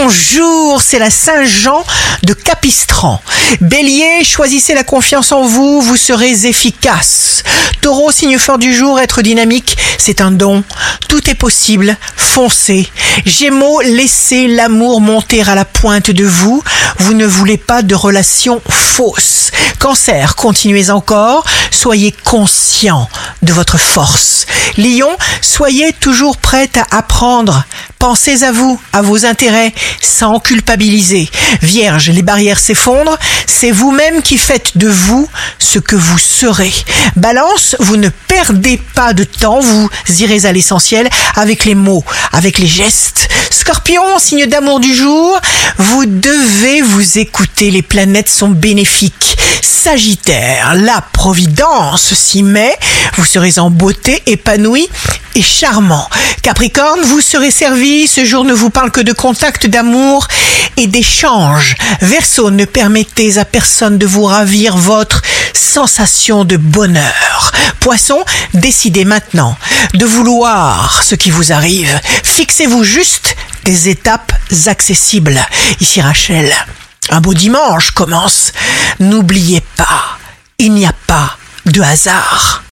bonjour, c'est la Saint-Jean de Capistran. Bélier, choisissez la confiance en vous, vous serez efficace. Taureau, signe fort du jour, être dynamique, c'est un don. Tout est possible, foncez. Gémeaux, laissez l'amour monter à la pointe de vous. Vous ne voulez pas de relations fausses. Cancer, continuez encore, soyez conscient de votre force. Lion, soyez toujours prêt à apprendre. Pensez à vous, à vos intérêts, sans culpabiliser. Vierge, les barrières s'effondrent, c'est vous-même qui faites de vous ce que vous serez. Balance, vous ne perdez pas de temps, vous irez à l'essentiel avec les mots, avec les gestes. Scorpion, signe d'amour du jour, vous devez vous écouter, les planètes sont bénéfiques. Sagittaire, la providence s'y met, vous serez en beauté, épanoui et charmant. Capricorne, vous serez servi, ce jour ne vous parle que de contact, d'amour et d'échange. Verseau, ne permettez à personne de vous ravir votre sensation de bonheur. Poisson, décidez maintenant de vouloir ce qui vous arrive. Fixez-vous juste des étapes accessibles. Ici Rachel, un beau dimanche commence. N'oubliez pas, il n'y a pas de hasard.